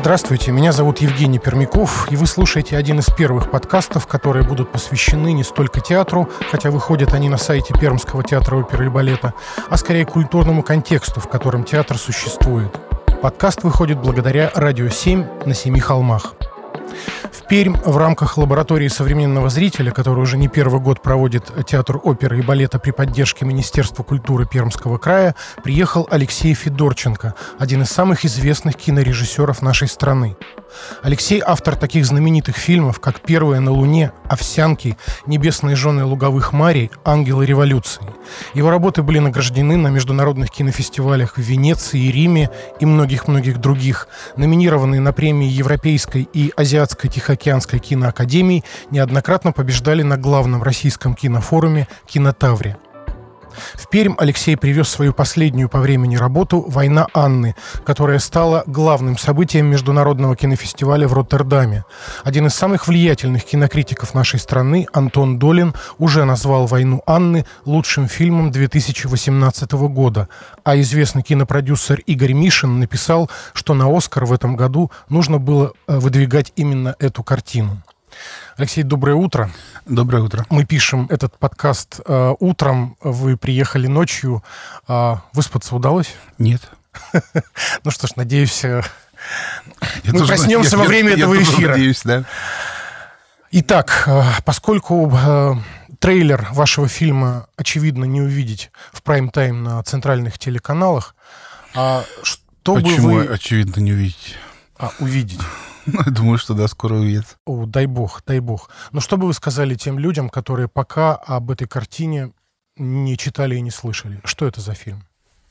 Здравствуйте, меня зовут Евгений Пермяков, и вы слушаете один из первых подкастов, которые будут посвящены не столько театру, хотя выходят они на сайте Пермского театра оперы и балета, а скорее культурному контексту, в котором театр существует. Подкаст выходит благодаря «Радио 7» на 7 холмах. В Пермь в рамках лаборатории современного зрителя, которую уже не первый год проводит театр оперы и балета при поддержке Министерства культуры Пермского края, приехал Алексей Федорченко, один из самых известных кинорежиссеров нашей страны. Алексей – автор таких знаменитых фильмов, как «Первые на Луне», «Овсянки», «Небесные жены луговых марий», «Ангелы революции». Его работы были награждены на международных кинофестивалях в Венеции и Риме и многих-многих других. Номинированные на премии Европейской и Азиатской Тихоокеанской киноакадемии, неоднократно побеждали на главном российском кинофоруме «Кинотавре». В Пермь Алексей привез свою последнюю по времени работу «Война Анны», которая стала главным событием международного кинофестиваля в Роттердаме. Один из самых влиятельных кинокритиков нашей страны, Антон Долин, уже назвал «Войну Анны» лучшим фильмом 2018 года, а известный кинопродюсер Игорь Мишин написал, что на «Оскар» в этом году нужно было выдвигать именно эту картину. Алексей, доброе утро. Доброе утро. Мы пишем этот подкаст утром, вы приехали ночью. Выспаться удалось? Нет. Ну что ж, надеюсь, мы проснемся во время этого эфира. Надеюсь, да. Итак, поскольку трейлер вашего фильма, очевидно, не увидеть в прайм-тайм на центральных телеканалах, что бы вы... Почему, очевидно, не увидеть? Увидеть. Я думаю, что да, скоро увидят. О, дай бог, дай бог. Но что бы вы сказали тем людям, которые пока об этой картине не читали и не слышали? Что это за фильм?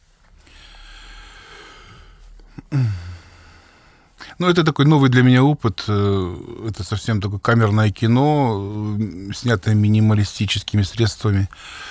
Ну, это такой новый для меня опыт. Это совсем такое камерное кино, снятое минималистическими средствами,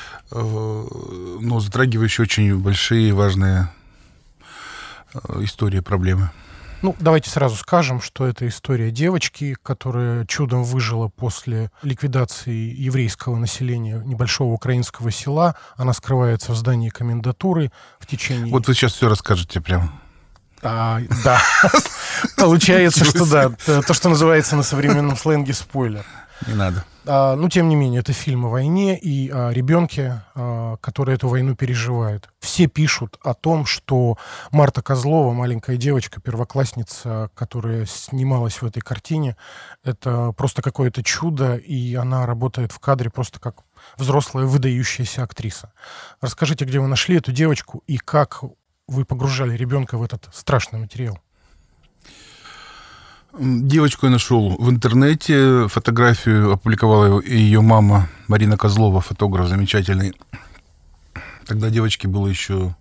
но затрагивающее очень большие и важные истории, проблемы. Ну, давайте сразу скажем, что это история девочки, которая чудом выжила после ликвидации еврейского населения небольшого украинского села. Она скрывается в здании комендатуры в течение... Вот вы сейчас все расскажете прямо. Да. Получается, что да. То, что называется на современном сленге спойлер. Не надо. Но, тем не менее, это фильм о войне и о ребенке, который эту войну переживает. Все пишут о том, что Марта Козлова, маленькая девочка, первоклассница, которая снималась в этой картине, это просто какое-то чудо, и она работает в кадре просто как взрослая выдающаяся актриса. Расскажите, где вы нашли эту девочку и как вы погружали ребенка в этот страшный материал? Девочку я нашел в интернете, фотографию опубликовала ее мама Марина Козлова, фотограф замечательный. Тогда девочке было еще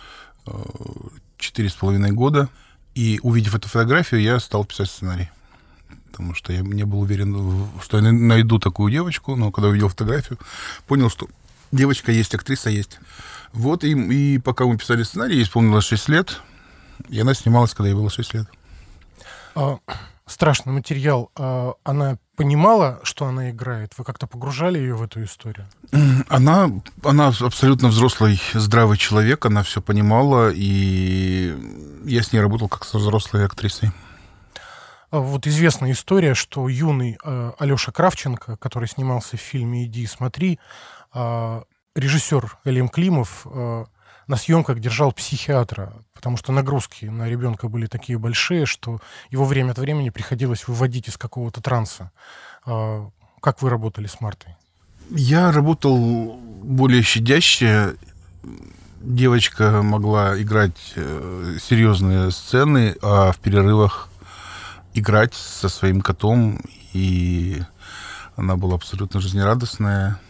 4,5 года, и увидев эту фотографию, я стал писать сценарий. Потому что я не был уверен, что я найду такую девочку, но когда увидел фотографию, понял, что девочка есть, актриса есть. Вот, и пока мы писали сценарий, ей исполнилось 6 лет, и она снималась, когда ей было 6 лет. Страшный материал. Она понимала, что она играет? Вы как-то погружали ее в эту историю? Она абсолютно взрослый, здравый человек, она все понимала, и я с ней работал как со взрослой актрисой. Вот известная история, что юный Алеша Кравченко, который снимался в фильме «Иди и смотри», режиссер Элем Климов на съемках держал психиатра, потому что нагрузки на ребенка были такие большие, что его время от времени приходилось выводить из какого-то транса. Как вы работали с Мартой? Я работал более щадяще. Девочка могла играть серьезные сцены, а в перерывах играть со своим котом, и она была абсолютно жизнерадостная.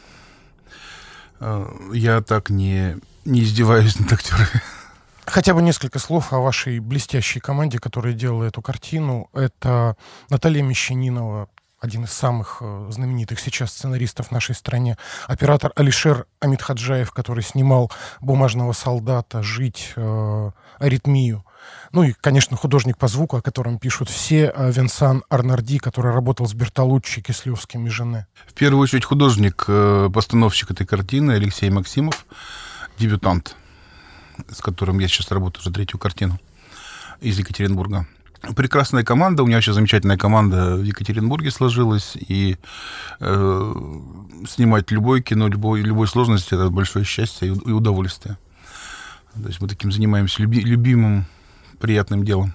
Я так не издеваюсь над актерами. Хотя бы несколько слов о вашей блестящей команде, которая делала эту картину. Это Наталья Мещанинова, один из самых знаменитых сейчас сценаристов в нашей стране, оператор Алишер Амитхаджаев, который снимал «Бумажного солдата», «Жить», «Аритмию». Ну и, конечно, художник по звуку, о котором пишут все, Венсан Арнарди, который работал с Бертолуччи, Кислевским и Жене. В первую очередь художник, постановщик этой картины Алексей Максимов, дебютант, с которым я сейчас работаю уже 3-ю картину из Екатеринбурга. Прекрасная команда. У меня вообще замечательная команда в Екатеринбурге сложилась. И снимать любое кино, любой сложности — это большое счастье и удовольствие. То есть мы таким занимаемся любимым, приятным делом.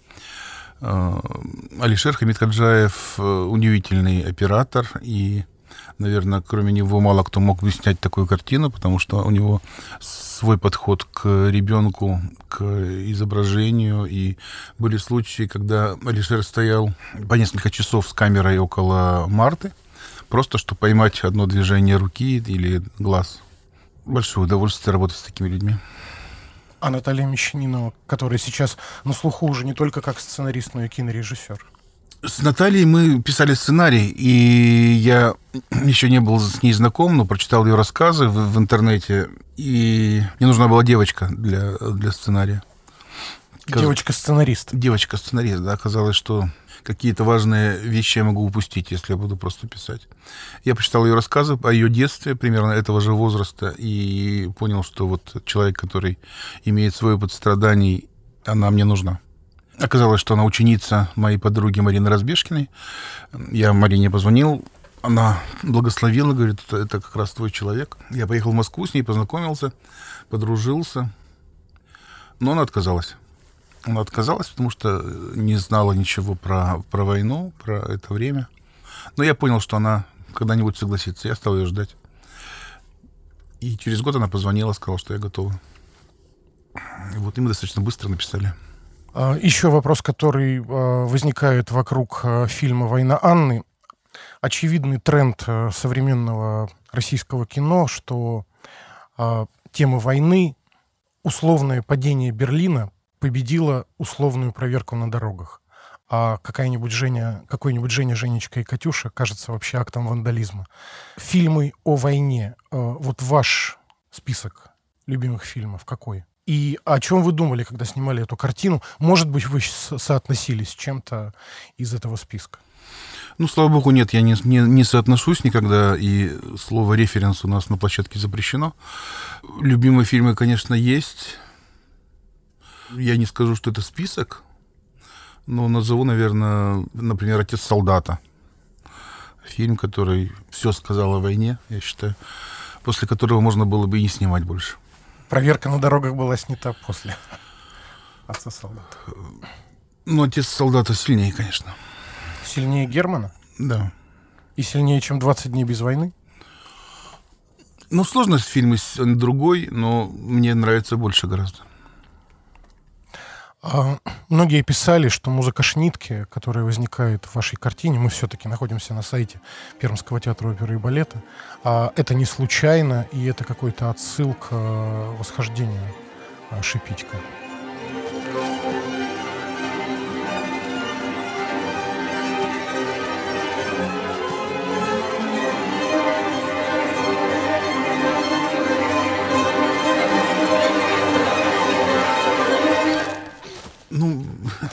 Алишер Хамидхаджаев удивительный оператор, и, наверное, кроме него мало кто мог бы снять такую картину, потому что у него свой подход к ребенку, к изображению, и были случаи, когда Алишер стоял по несколько часов с камерой около Марты, просто чтобы поймать одно движение руки или глаз. Большое удовольствие работать с такими людьми. А Наталья Мещанинова, которая сейчас на слуху уже не только как сценарист, но и кинорежиссер. С Натальей мы писали сценарий, и я еще не был с ней знаком, но прочитал ее рассказы в интернете, и мне нужна была девочка для сценария. Девочка-сценарист. Девочка-сценарист, да. Оказалось, что какие-то важные вещи я могу упустить, если я буду просто писать. Я прочитал ее рассказы о ее детстве, примерно этого же возраста, и понял, что вот человек, который имеет свой опыт страданий, она мне нужна. Оказалось, что она ученица моей подруги Марины Разбежкиной. Я Марине позвонил, она благословила, говорит, это как раз твой человек. Я поехал в Москву, с ней познакомился, подружился, но она отказалась. Она отказалась, потому что не знала ничего про войну, про это время. Но я понял, что она когда-нибудь согласится. Я стал ее ждать. И через год она позвонила, сказала, что я готова. И вот, и мы достаточно быстро написали. Еще вопрос, который возникает вокруг фильма «Война Анны». Очевидный тренд современного российского кино, что тема войны, условное падение Берлина победила условную проверку на дорогах. А какой-нибудь Женя, Женечка и Катюша кажется вообще актом вандализма. Фильмы о войне. Вот ваш список любимых фильмов какой? И о чем вы думали, когда снимали эту картину? Может быть, вы соотносились с чем-то из этого списка? Ну, слава богу, нет, я не соотношусь никогда, и слово «референс» у нас на площадке запрещено. Любимые фильмы, конечно, есть. Я не скажу, что это список, но назову, наверное, например, «Отец солдата». Фильм, который все сказал о войне, я считаю, после которого можно было бы и не снимать больше. Проверка на дорогах была снята после «Отца солдата». Ну, «Отец солдата» сильнее, конечно. Сильнее Германа? Да. И сильнее, чем «20 дней без войны»? Ну, сложность фильма другой, но мне нравится больше гораздо. Многие писали, что музыка Шнитке, которая возникает в вашей картине, мы все-таки находимся на сайте Пермского театра оперы и балета, это не случайно, и это какой-то отсыл к восхождению Шипитько. Ну,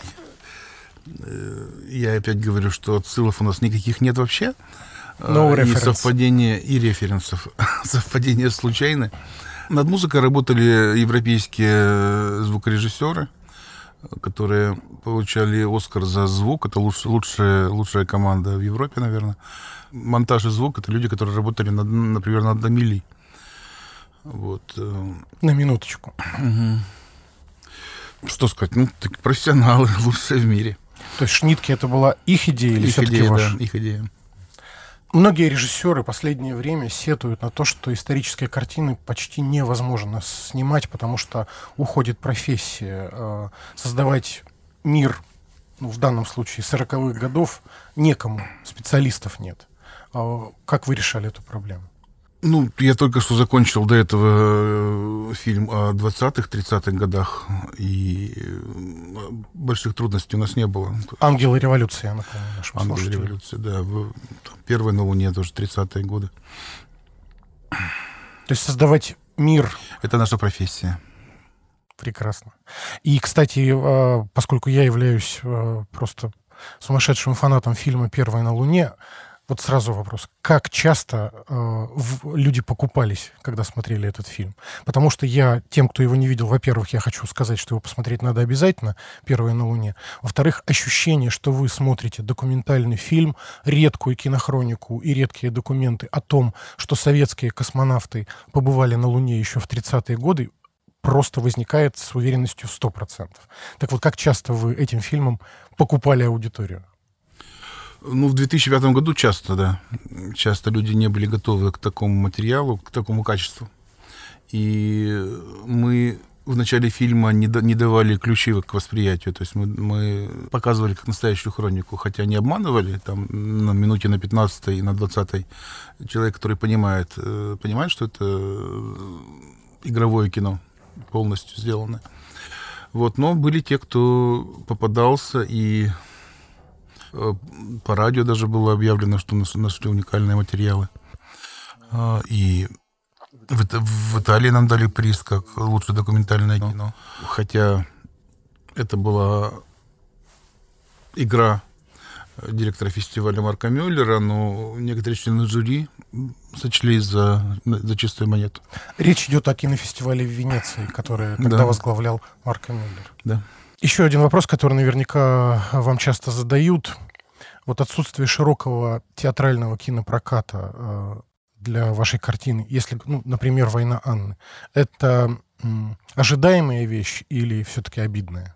я опять говорю, что отсылов у нас никаких нет вообще. И совпадения, и референсов. Совпадения случайны. Над музыкой работали европейские звукорежиссеры, которые получали «Оскар» за звук. Это лучшая команда в Европе, наверное. Монтаж и звук — это люди, которые работали, например, над «Амелией». Вот. На минуточку. Угу. Что сказать? Ну, так профессионалы, лучшие в мире. То есть Шнитке это была их идея или все-таки ваша? Да, их идея. Многие режиссеры в последнее время сетуют на то, что исторические картины почти невозможно снимать, потому что уходит профессия. Создавать мир, ну, в данном случае 40-х годов, некому, специалистов нет. Как вы решали эту проблему? Ну, я только что закончил до этого фильм о 20-х, 30-х годах, и больших трудностей у нас не было. «Ангелы революции», я напомню нашим слушателям. «Ангелы революции», да. Первый на Луне, тоже 30-е годы. То есть создавать мир... Это наша профессия. Прекрасно. И, кстати, поскольку я являюсь просто сумасшедшим фанатом фильма «Первый на Луне», Вот сразу вопрос. Как часто люди покупались, когда смотрели этот фильм? Потому что я, тем, кто его не видел, во-первых, я хочу сказать, что его посмотреть надо обязательно, «Первое на Луне». Во-вторых, ощущение, что вы смотрите документальный фильм, редкую кинохронику и редкие документы о том, что советские космонавты побывали на Луне еще в 30-е годы, просто возникает с уверенностью в 100%. Так вот, как часто вы этим фильмом покупали аудиторию? Ну, в 2005 году часто, да. Часто люди не были готовы к такому материалу, к такому качеству. И мы в начале фильма не давали ключи к восприятию. То есть мы показывали как настоящую хронику, хотя не обманывали. Там на минуте на 15-й и на 20-й человек, который понимает, что это игровое кино, полностью сделанное. Вот. Но были те, кто попадался, и по радио даже было объявлено, что нашли уникальные материалы. И в Италии нам дали приз как лучшее документальное кино. Хотя это была игра директора фестиваля Марка Мюллера, но некоторые члены жюри сочли за чистую монету. Речь идет о кинофестивале в Венеции, который когда возглавлял Марк Мюллер. Да. Еще один вопрос, который наверняка вам часто задают. Вот отсутствие широкого театрального кинопроката для вашей картины, если, например, «Война Анны», это ожидаемая вещь или все-таки обидная?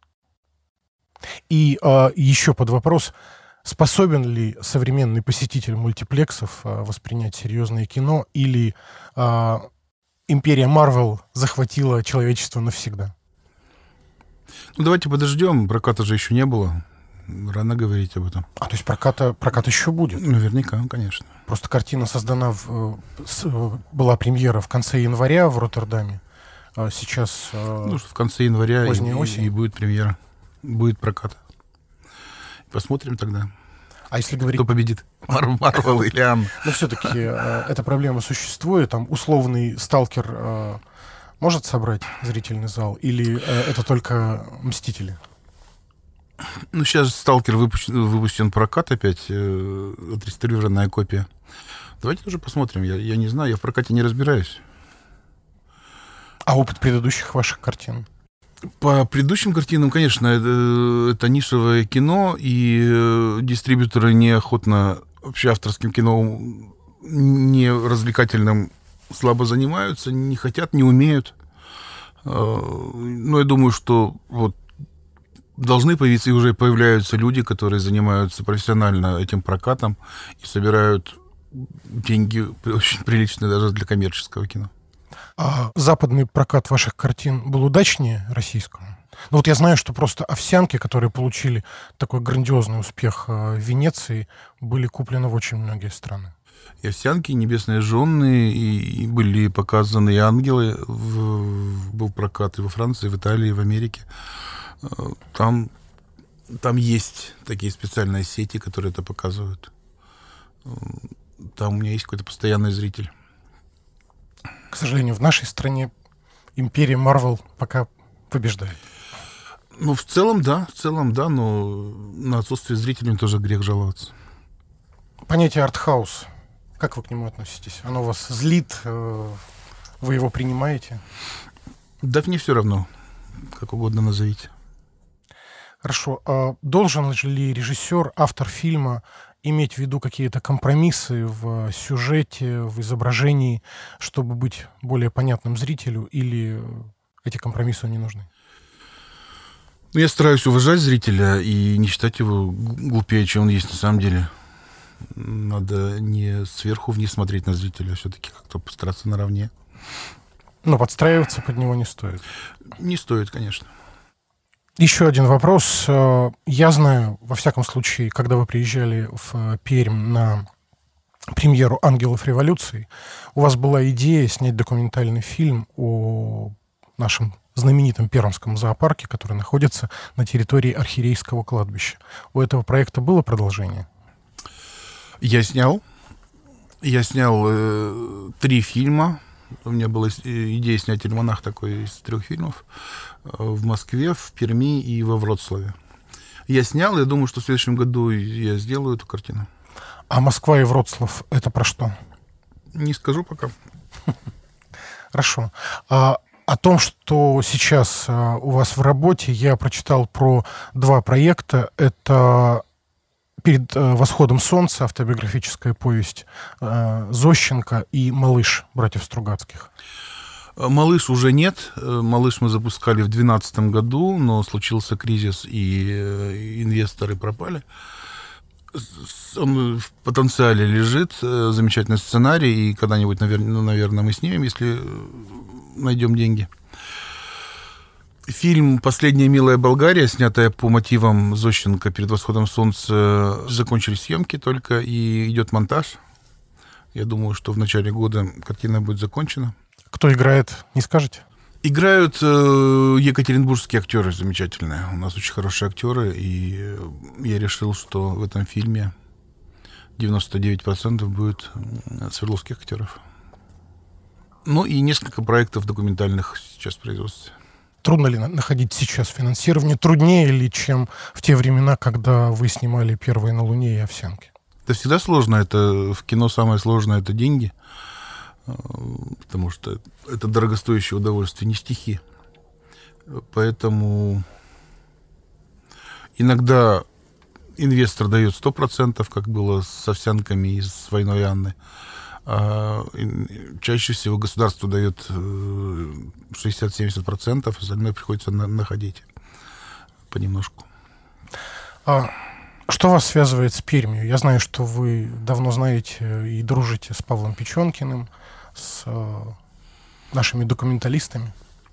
И еще под вопрос, способен ли современный посетитель мультиплексов воспринять серьезное кино, или империя Марвел захватила человечество навсегда? Ну, давайте подождем, проката же еще не было. Рано говорить об этом. То есть прокат еще будет? Наверняка, конечно. Просто картина создана, была премьера в конце января в Роттердаме, а сейчас в конце января и будет премьера, будет прокат. Посмотрим тогда. А если говорить... Кто победит? Марвел или Анна? Но все-таки эта проблема существует. Там условный «Сталкер» может собрать зрительный зал? Или это только «Мстители»? Ну, сейчас «Сталкер» выпущен прокат опять, отреставрированная копия. Давайте тоже посмотрим. Я не знаю, я в прокате не разбираюсь. А опыт предыдущих ваших картин? По предыдущим картинам, конечно, это нишевое кино, и дистрибьюторы неохотно вообще авторским кино не развлекательным слабо занимаются, не хотят, не умеют. Но я думаю, что вот должны появиться, и уже появляются люди, которые занимаются профессионально этим прокатом и собирают деньги очень приличные даже для коммерческого кино. А западный прокат ваших картин был удачнее российского? Ну вот я знаю, что просто «Овсянки», которые получили такой грандиозный успех в Венеции, были куплены в очень многие страны. И «Овсянки», и «Небесные жены», и были показаны и «Ангелы». Был прокат и во Франции, и в Италии, и в Америке. Там есть такие специальные сети, которые это показывают. Там у меня есть какой-то постоянный зритель. К сожалению, в нашей стране империя Марвел пока побеждает. Ну, в целом, да, но на отсутствие зрителей тоже грех жаловаться. Понятие артхаус, как вы к нему относитесь? Оно вас злит? Вы его принимаете? Да мне все равно, как угодно назовите. Хорошо. А должен ли режиссер, автор фильма иметь в виду какие-то компромиссы в сюжете, в изображении, чтобы быть более понятным зрителю, или эти компромиссы не нужны? Ну, я стараюсь уважать зрителя и не считать его глупее, чем он есть на самом деле. Надо не сверху вниз смотреть на зрителя, а все-таки как-то постараться наравне. Но подстраиваться под него не стоит. Не стоит, конечно. Еще один вопрос. Я знаю, во всяком случае, когда вы приезжали в Пермь на премьеру «Ангелов революции», у вас была идея снять документальный фильм о нашем знаменитом Пермском зоопарке, который находится на территории Архиерейского кладбища. У этого проекта было продолжение? Я снял 3 фильма. У меня была идея снять альманах такой из 3 фильмов в Москве, в Перми и во Вроцлаве. Я снял, я думаю, что в следующем году я сделаю эту картину. А Москва и Вроцлав — это про что? Не скажу пока. Хорошо. О том, что сейчас у вас в работе, я прочитал про 2 проекта. Это «Перед восходом солнца», автобиографическая повесть Зощенко, и «Малыш» братьев Стругацких. «Малыш» уже нет. «Малыш» мы запускали в 2012 году, но случился кризис, и инвесторы пропали. Он в потенциале лежит, замечательный сценарий, и когда-нибудь, наверное, мы снимем, если найдем деньги. Фильм «Последняя милая Болгария», снятая по мотивам Зощенко «Перед восходом солнца», закончились съемки только, и идет монтаж. Я думаю, что в начале года картина будет закончена. Кто играет, не скажете? Играют екатеринбургские актеры замечательные. У нас очень хорошие актеры, и я решил, что в этом фильме 99% будет свердловских актеров. Ну и несколько проектов документальных сейчас в производстве. Трудно ли находить сейчас финансирование? Труднее ли, чем в те времена, когда вы снимали «Первые на Луне» и «Овсянки»? Это всегда сложно. Это в кино самое сложное — это деньги. Потому что это дорогостоящее удовольствие, не стихи. Поэтому иногда инвестор дает 100%, как было с «Овсянками» и с «Войной Анны». А чаще всего государство дает 60-70%, остальное приходится находить понемножку. Что вас связывает с Пермью? Я знаю, что вы давно знаете и дружите с Павлом Печенкиным, с нашими документалистами.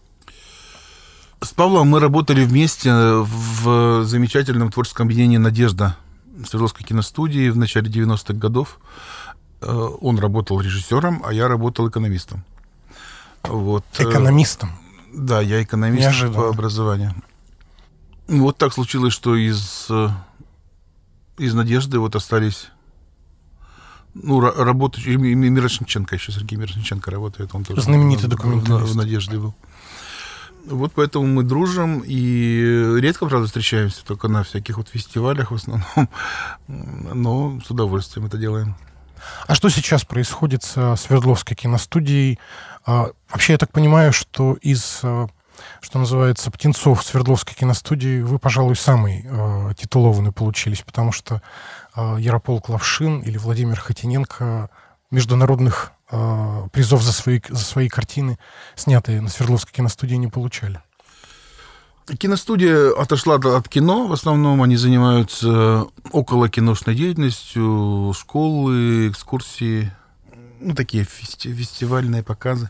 С Павлом мы работали вместе в замечательном творческом объединении «Надежда» Свердловской киностудии в начале 90-х годов. Он работал режиссером, а я работал экономистом. Вот. Экономистом? Да, я экономист. Неожиданно. По образованию. Вот так случилось, что из «Надежды» вот остались работающие. Мирошниченко, еще Сергей Мирошниченко работает. Он тоже знаменитый документалист. В «Надежде» был. Вот поэтому мы дружим и редко, правда, встречаемся, только на всяких вот фестивалях в основном. Но с удовольствием это делаем. А что сейчас происходит со Свердловской киностудией? Вообще, я так понимаю, что из, что называется, птенцов Свердловской киностудии вы, пожалуй, самый титулованный получились, потому что Ярополк Лавшин или Владимир Хотиненко международных призов за свои картины, снятые на Свердловской киностудии, не получали. Киностудия отошла от кино. В основном они занимаются около киношной деятельностью, школы, экскурсии, такие фестивальные показы.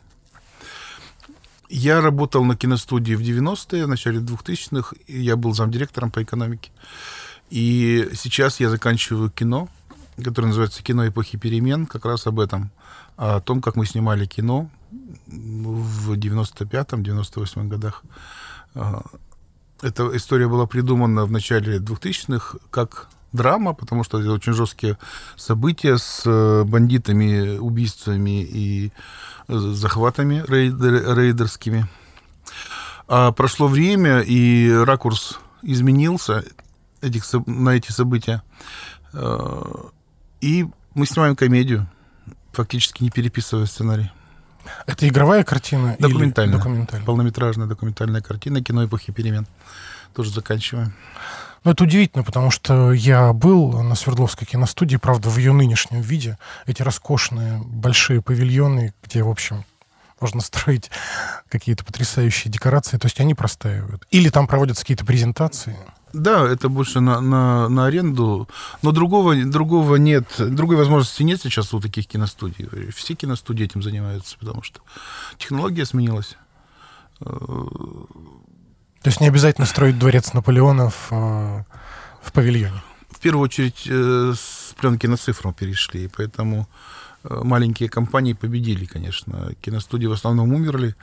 Я работал на киностудии в 90-е, в начале 2000-х. Я был замдиректором по экономике. И сейчас я заканчиваю кино, которое называется «Кино эпохи перемен», как раз об этом. О том, как мы снимали кино в 95-98 годах. Эта история была придумана в начале 2000-х как драма, потому что это очень жесткие события с бандитами, убийствами и захватами рейдерскими. А прошло время, и ракурс изменился на эти события. И мы снимаем комедию, фактически не переписывая сценарий. Это игровая картина? Документальная. Или документальная? Полнометражная документальная картина «Кино эпохи перемен». Тоже заканчиваем. Ну, это удивительно, потому что я был на Свердловской киностудии, правда, в ее нынешнем виде. Эти роскошные большие павильоны, где, в общем, можно строить какие-то потрясающие декорации. То есть они простаивают. Или там проводятся какие-то презентации. Да, это больше на аренду. Но другого нет. Другой возможности нет сейчас у таких киностудий. Все киностудии этим занимаются, потому что технология сменилась. То есть не обязательно строить дворец Наполеонов в павильоне? В первую очередь с пленки на цифру перешли, поэтому маленькие компании победили, конечно. Киностудии в основном умерли.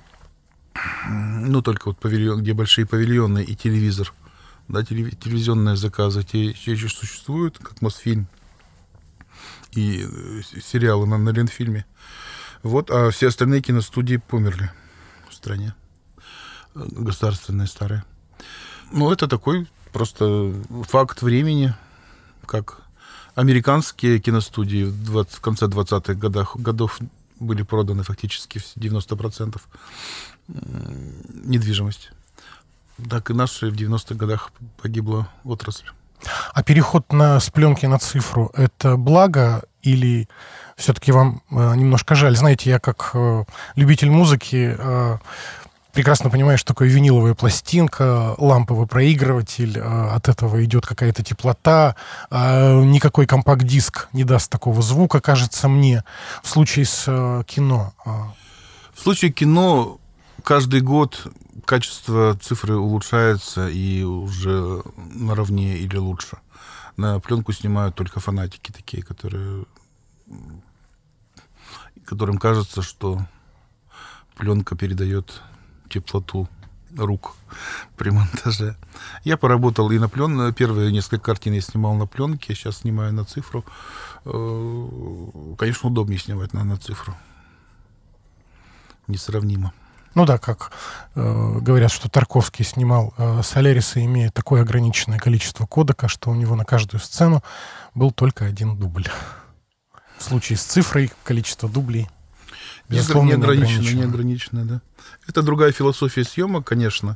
Ну, только вот павильон, где большие павильоны и телевизор. Да, телевизионные заказы, те еще существуют, как Мосфильм и сериалы на Ленфильме. Вот, а все остальные киностудии померли в стране. Государственные старые. Ну, это такой просто факт времени, как Американские киностудии в конце 20-х годов были проданы фактически 90% недвижимости. Так и наши в 90-х годах погибла отрасль. А переход с пленки на цифру — это благо или все-таки вам немножко жаль? Знаете, я как любитель музыки прекрасно понимаю, что такое виниловая пластинка, ламповый проигрыватель, от этого идет какая-то теплота, никакой компакт-диск не даст такого звука, кажется мне. В случае с кино... В случае кино каждый год качество цифры улучшается и уже наравне или лучше. На пленку снимают только фанатики такие, которым кажется, что пленка передает теплоту рук при монтаже. Я поработал и на пленке. Первые несколько картин я снимал на пленке, сейчас снимаю на цифру. Конечно, удобнее снимать на цифру. Несравнимо. Ну да, как говорят, что Тарковский снимал «Соляриса», имея такое ограниченное количество кодека, что у него на каждую сцену был только один дубль. В случае с цифрой количество дублей безусловно неограниченное, да. Это другая философия съемок, конечно,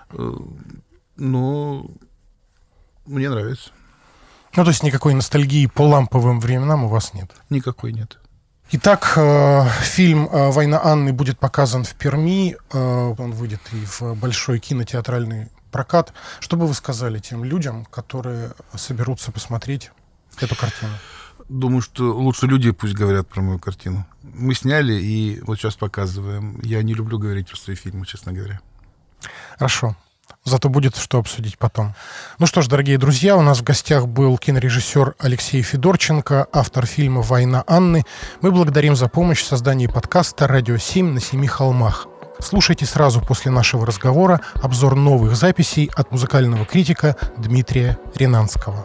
но мне нравится. Ну, то есть никакой ностальгии по ламповым временам у вас нет? Никакой нет. Итак, фильм «Война Анны» будет показан в Перми. Он выйдет и в большой кинотеатральный прокат. Что бы вы сказали тем людям, которые соберутся посмотреть эту картину? Думаю, что лучше люди пусть говорят про мою картину. Мы сняли и вот сейчас показываем. Я не люблю говорить про свои фильмы, честно говоря. Хорошо. Зато будет что обсудить потом. Ну что ж, дорогие друзья, у нас в гостях был кинорежиссер Алексей Федорченко, автор фильма «Война Анны». Мы благодарим за помощь в создании подкаста «Радио 7 на семи холмах». Слушайте сразу после нашего разговора обзор новых записей от музыкального критика Дмитрия Ренанского.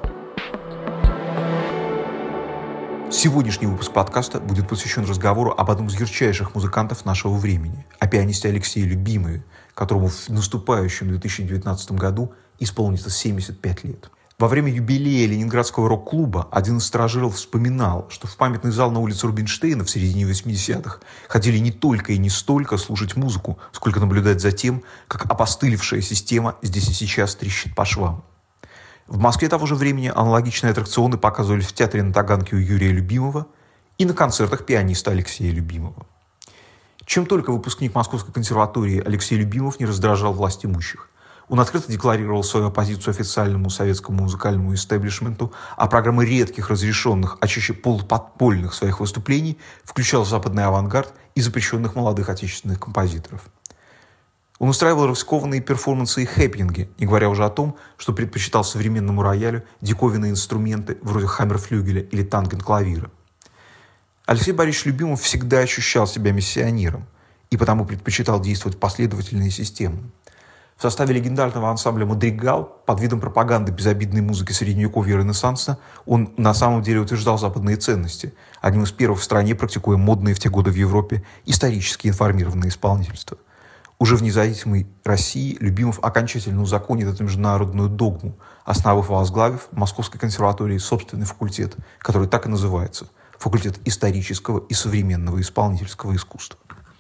Сегодняшний выпуск подкаста будет посвящен разговору об одном из ярчайших музыкантов нашего времени, о пианисте Алексее Любимове, которому в наступающем 2019 году исполнится 75 лет. Во время юбилея Ленинградского рок-клуба один из стажеров вспоминал, что в памятный зал на улице Рубинштейна в середине 80-х ходили не только и не столько слушать музыку, сколько наблюдать за тем, как опостылевшая система здесь и сейчас трещит по швам. В Москве того же времени аналогичные аттракционы показывались в театре на Таганке у Юрия Любимова и на концертах пианиста Алексея Любимова. Чем только выпускник Московской консерватории Алексей Любимов не раздражал власть имущих. Он открыто декларировал свою оппозицию официальному советскому музыкальному истеблишменту, а программы редких разрешенных, а чаще полуподпольных своих выступлений включал западный авангард и запрещенных молодых отечественных композиторов. Он устраивал рискованные перформансы и хэппинги, не говоря уже о том, что предпочитал современному роялю диковинные инструменты вроде хаммерфлюгеля или тангенклавира. Алексей Борисович Любимов всегда ощущал себя миссионером и потому предпочитал действовать последовательно и системно. В составе легендарного ансамбля «Мадригал» под видом пропаганды безобидной музыки средневековья и Ренессанса он на самом деле утверждал западные ценности, одним из первых в стране практикуя модные в те годы в Европе исторически информированное исполнительство. Уже в независимой России Любимов окончательно узаконит эту международную догму, основав и возглавив в Московской консерватории собственный факультет, который так и называется – факультет исторического и современного исполнительского искусства.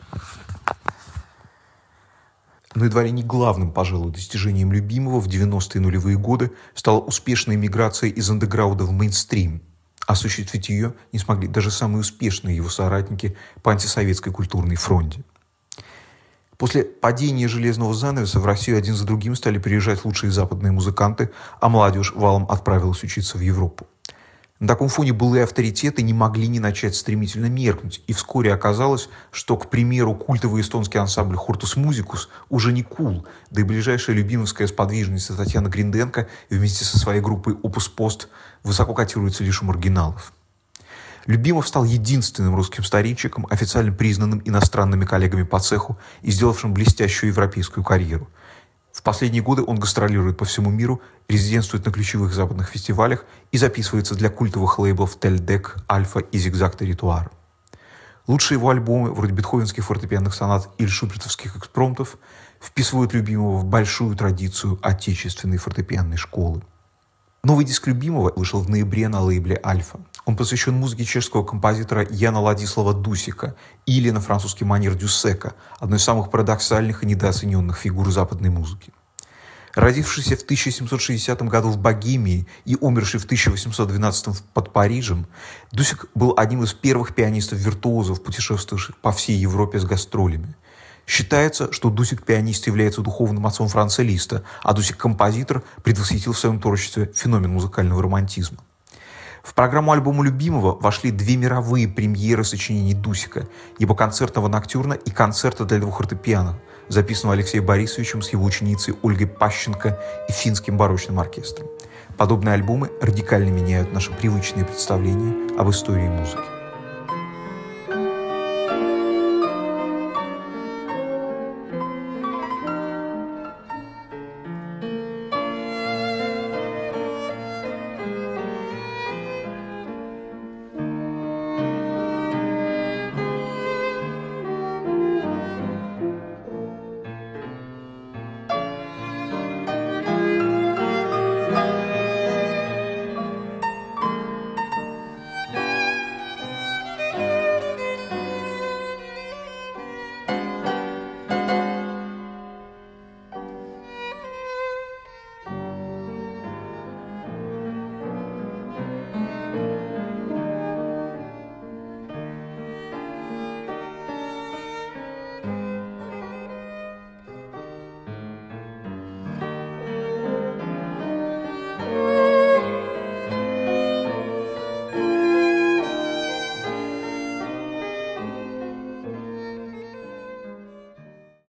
Но едва ли не главным, пожалуй, достижением Любимова в 90-е нулевые годы стала успешная миграция из андеграунда в мейнстрим. Осуществить ее не смогли даже самые успешные его соратники по антисоветской культурной фронте. После падения железного занавеса в Россию один за другим стали приезжать лучшие западные музыканты, а молодежь валом отправилась учиться в Европу. На таком фоне былые авторитеты не могли не начать стремительно меркнуть, и вскоре оказалось, что, к примеру, культовый эстонский ансамбль «Хортус Музикус» уже не кул, да и ближайшая любимовская сподвижница Татьяна Гринденко вместе со своей группой «Опус Пост» высоко котируется лишь у маргиналов. Любимов стал единственным русским старинчиком, официально признанным иностранными коллегами по цеху и сделавшим блестящую европейскую карьеру. В последние годы он гастролирует по всему миру, резидентствует на ключевых западных фестивалях и записывается для культовых лейблов «Тельдек», «Альфа» и «Зигзаг Territoire». Лучшие его альбомы, вроде бетховенских фортепианных сонат или шубертовских экспромтов, вписывают Любимова в большую традицию отечественной фортепианной школы. Новый диск любимого вышел в ноябре на лейбле «Альфа». Он посвящен музыке чешского композитора Яна Ладислава Дусика или на французский манер Дюссека, одной из самых парадоксальных и недооцененных фигур западной музыки. Родившийся в 1760 году в Богемии и умерший в 1812 под Парижем, Дусик был одним из первых пианистов-виртуозов, путешествовавших по всей Европе с гастролями. Считается, что Дусик-пианист является духовным отцом Франца Листа, а Дусик-композитор предвосхитил в своем творчестве феномен музыкального романтизма. В программу альбома любимого вошли 2 мировые премьеры сочинений Дусика, его концертного ноктюрна и концерта для 2 фортепиано, записанного Алексеем Борисовичем с его ученицей Ольгой Пащенко и финским барочным оркестром. Подобные альбомы радикально меняют наши привычные представления об истории музыки.